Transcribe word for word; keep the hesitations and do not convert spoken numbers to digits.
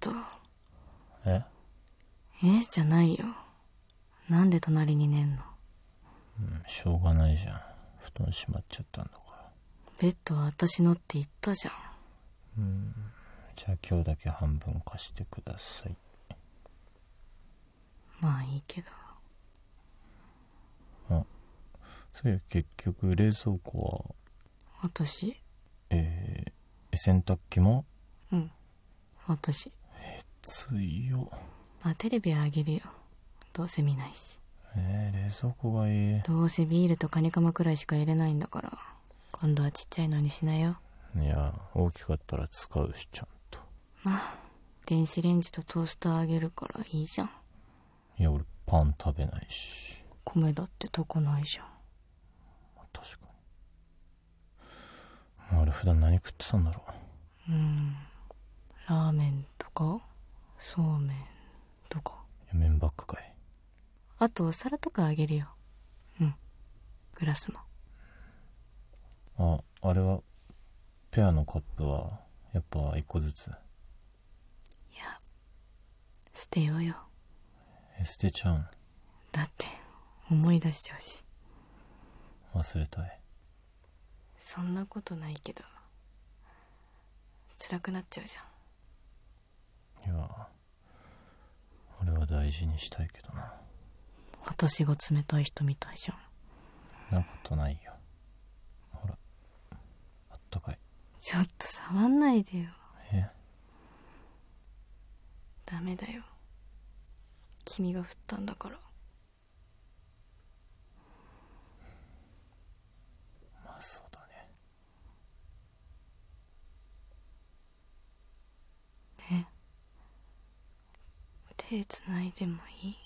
と。 ええじゃないよ。なんで隣に寝んの？ うん、しょうがないじゃん。布団しまっちゃったんだから。 ベッドは私のって言ったじゃん。 うん、じゃあ今日だけ半分貸してください。 まあいいけど。 あ、そういや結局冷蔵庫は私？ えー、洗濯機もうん、私。 ついよ。 まあテレビはあげるよ。どうせ見ないし。 えー、冷蔵庫がいい。 どうせビールとカニカマくらいしか入れないんだから、今度はちっちゃいのにしなよ。 いや、大きかったら使うし、ちゃんと。 まあ電子レンジとトースターあげるからいいじゃん。 いや、俺パン食べないし。 米だってとこないじゃん。 確かに。俺普段何食ってたんだろうーん、ラーメンとかそうめんとか。 う。麺ばっかかい。 あとお皿とかあげるよ。うん、グラスも。 あ、あれはペアのカップはやっぱ一個ずつ。 いや、捨てようよ。 え、捨てちゃうん？ だって思い出しちゃうし。 忘れたい。 そんなことないけど辛くなっちゃうじゃん。 いや、俺は大事にしたいけどな。 私が冷たい人みたいじゃん。 なことないよ。ほら、あったかい。 ちょっと触んないでよ。 えダメだよ、君が振ったんだから。 まあそうだね。 え、手つないでもいい？